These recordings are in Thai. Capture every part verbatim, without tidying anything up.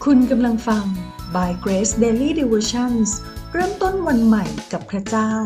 คุณกำลังฟัง by Grace Daily Devotions เริ่มต้นวันใหม่กับพระเจ้า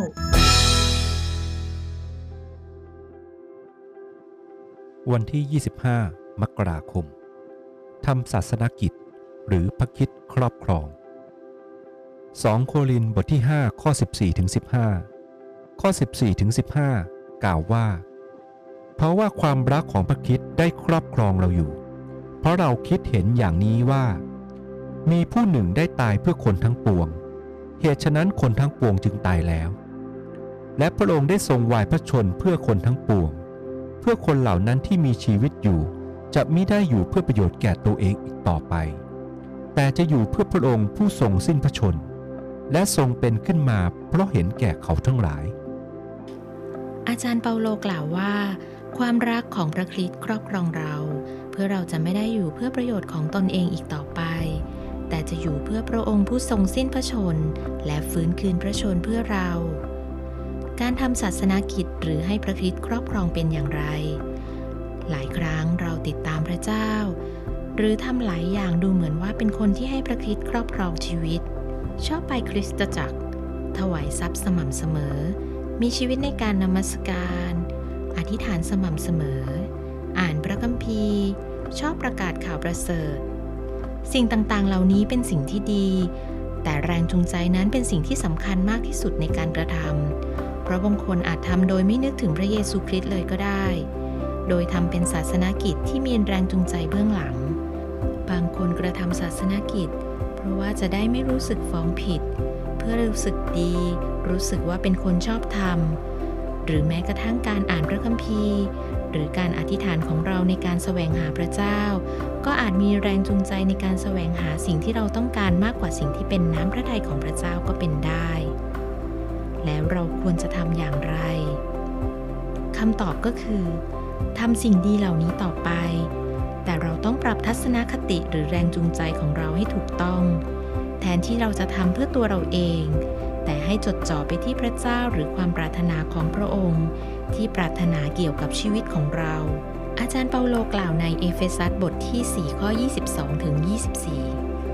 วันที่ ยี่สิบห้า มกราคมทำศาสนกิจหรือพระคริสต์ครอบครองสองโครินธ์บทที่ ห้า ข้อ สิบสี่ถึงสิบห้า ข้อ สิบสี่ถึงสิบห้า กล่าวว่าเพราะว่าความรักของพระคริสต์ได้ครอบครองเราอยู่เพราะเราคิดเห็นอย่างนี้ว่ามีผู้หนึ่งได้ตายเพื่อคนทั้งปวงเหตุฉะนั้นคนทั้งปวงจึงตายแล้วและพระองค์ได้ทรงวายพระชนเพื่อคนทั้งปวงเพื่อคนเหล่านั้นที่มีชีวิตอยู่จะมิได้อยู่เพื่อประโยชน์แก่ตัวเองอีกต่อไปแต่จะอยู่เพื่อพระองค์ผู้ทรงสิ้นพระชนและทรงเป็นขึ้นมาเพราะเห็นแก่เขาทั้งหลายอาจารย์เปาโลกล่าวว่าความรักของพระคริสต์ครอบครองเราเพื่อเราจะไม่ได้อยู่เพื่อประโยชน์ของตนเองอีกต่อไปแต่จะอยู่เพื่อพระองค์ผู้ทรงสิ้นพระชนและฟื้นคืนพระชนเพื่อเราการทำศาสนกิจหรือให้พระคริสต์ครอบครองเป็นอย่างไรหลายครั้งเราติดตามพระเจ้าหรือทำหลายอย่างดูเหมือนว่าเป็นคนที่ให้พระคริสต์ครอบครองชีวิตชอบไปคริสตจักรถวายทรัพย์สม่ำเสมอมีชีวิตในการนมัสการอธิษฐานสม่ำเสมออ่านพระคัมภีร์ชอบประกาศข่าวประเสริฐสิ่งต่างๆเหล่านี้เป็นสิ่งที่ดีแต่แรงจูงใจนั้นเป็นสิ่งที่สำคัญมากที่สุดในการกระทำเพราะบางคนอาจทำโดยไม่นึกถึงพระเยซูคริสต์เลยก็ได้โดยทำเป็นศาสนกิจที่มีแรงจูงใจเบื้องหลังบางคนกระทำศาสนกิจเพราะว่าจะได้ไม่รู้สึกฟ้องผิดเพื่อรู้สึกดีรู้สึกว่าเป็นคนชอบธรรมหรือแม้กระทั่งการอ่านพระคัมภีร์หรือการอธิษฐานของเราในการแสวงหาพระเจ้าก็อาจมีแรงจูงใจในการแสวงหาสิ่งที่เราต้องการมากกว่าสิ่งที่เป็นน้ำพระทัยของพระเจ้าก็เป็นได้แล้วเราควรจะทำอย่างไรคำตอบก็คือทำสิ่งดีเหล่านี้ต่อไปแต่เราต้องปรับทัศนคติหรือแรงจูงใจของเราให้ถูกต้องแทนที่เราจะทำเพื่อตัวเราเองแต่ให้จดจ่อไปที่พระเจ้าหรือความปรารถนาของพระองค์ที่ปรารถนาเกี่ยวกับชีวิตของเราอาจารย์เปาโลกล่าวในเอเฟซัสบทที่ สี่ ข้อ ยี่สิบสองถึงยี่สิบสี่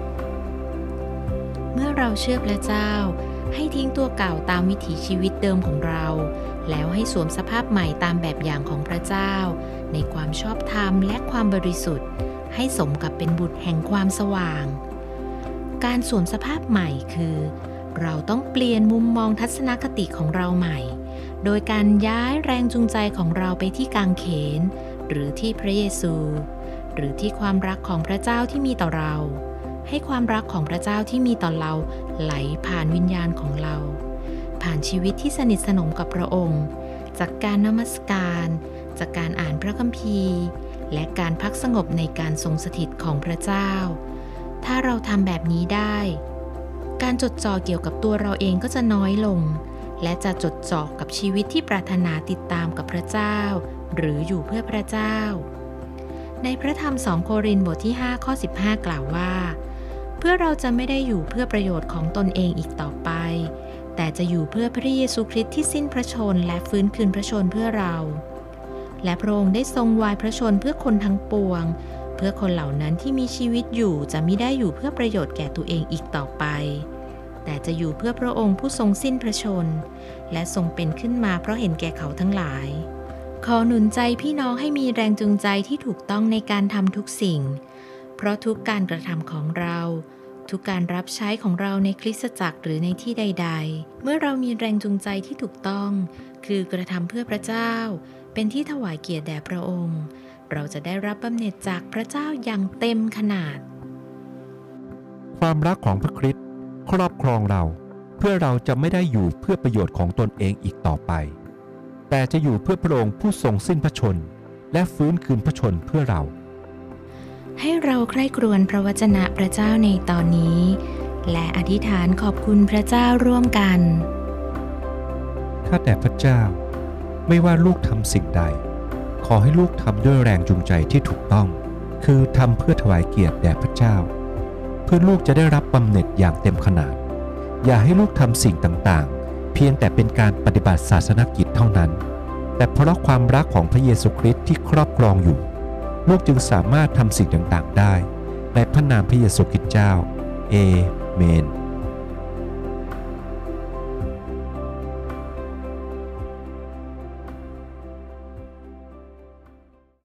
เมื่อเราเชื่อพระเจ้าให้ทิ้งตัวเก่าตามวิถีชีวิตเดิมของเราแล้วให้สวมสภาพใหม่ตามแบบอย่างของพระเจ้าในความชอบธรรมและความบริสุทธิ์ให้สมกับเป็นบุตรแห่งความสว่างการสวมสภาพใหม่คือเราต้องเปลี่ยนมุมมองทัศนคติของเราใหม่โดยการย้ายแรงจูงใจของเราไปที่กางเขนหรือที่พระเยซูหรือที่ความรักของพระเจ้าที่มีต่อเราให้ความรักของพระเจ้าที่มีต่อเราไหลผ่านวิญญาณของเราผ่านชีวิตที่สนิทสนมกับพระองค์จากการนมัสการจากการอ่านพระคัมภีร์และการพักสงบในการทรงสถิตของพระเจ้าถ้าเราทำแบบนี้ได้การจดจ่อเกี่ยวกับตัวเราเองก็จะน้อยลงและจะจดจ่อกับชีวิตที่ปรารถนาติดตามกับพระเจ้าหรืออยู่เพื่อพระเจ้าในพระธรรมสองโครินธ์บทที่ ห้า ข้อ สิบห้า กล่าวว่าเพื่อเราจะไม่ได้อยู่เพื่อประโยชน์ของตนเองอีกต่อไปแต่จะอยู่เพื่อพระเยซูคริสต์ที่สิ้นพระชนและฟื้นคืนพระชนเพื่อเราและพระองค์ได้ทรงวายพระชนเพื่อคนทั้งปวงเพื่อคนเหล่านั้นที่มีชีวิตอยู่จะมิได้อยู่เพื่อประโยชน์แก่ตัวเองอีกต่อไปแต่จะอยู่เพื่อพระองค์ผู้ทรงสิ้นพระชนและทรงเป็นขึ้นมาเพราะเห็นแก่เขาทั้งหลายขอหนุนใจพี่น้องให้มีแรงจูงใจที่ถูกต้องในการทำทุกสิ่งเพราะทุกการกระทำของเราทุกการรับใช้ของเราในคริสตจักรหรือในที่ใดๆเมื่อเรามีแรงจูงใจที่ถูกต้องคือกระทำเพื่อพระเจ้าเป็นที่ถวายเกียรติแด่พระองค์เราจะได้รับบำเหน็จจากพระเจ้าอย่างเต็มขนาดความรักของพระคริสต์ครอบครองเราเพื่อเราจะไม่ได้อยู่เพื่อประโยชน์ของตนเองอีกต่อไปแต่จะอยู่เพื่อพระองค์ผู้ทรงสิ้นพระชนและฟื้นคืนพระชนเพื่อเราให้เราใคร่ครวญพระวจนะพระเจ้าในตอนนี้และอธิษฐานขอบคุณพระเจ้าร่วมกันข้าแต่พระเจ้าไม่ว่าลูกทำสิ่งใดขอให้ลูกทำด้วยแรงจูงใจที่ถูกต้องคือทำเพื่อถวายเกียรติแด่พระเจ้าเพื่อลูกจะได้รับบำเหน็จอย่างเต็มขนาดอย่าให้ลูกทำสิ่งต่างๆเพียงแต่เป็นการปฏิบัติศาสนกิจเท่านั้นแต่เพราะความรักของพระเยซูคริสต์ที่ครอบครองอยู่ลูกจึงสามารถทำสิ่งต่างๆได้ในพระนามพระเยซูคริสต์เจ้าเอเมน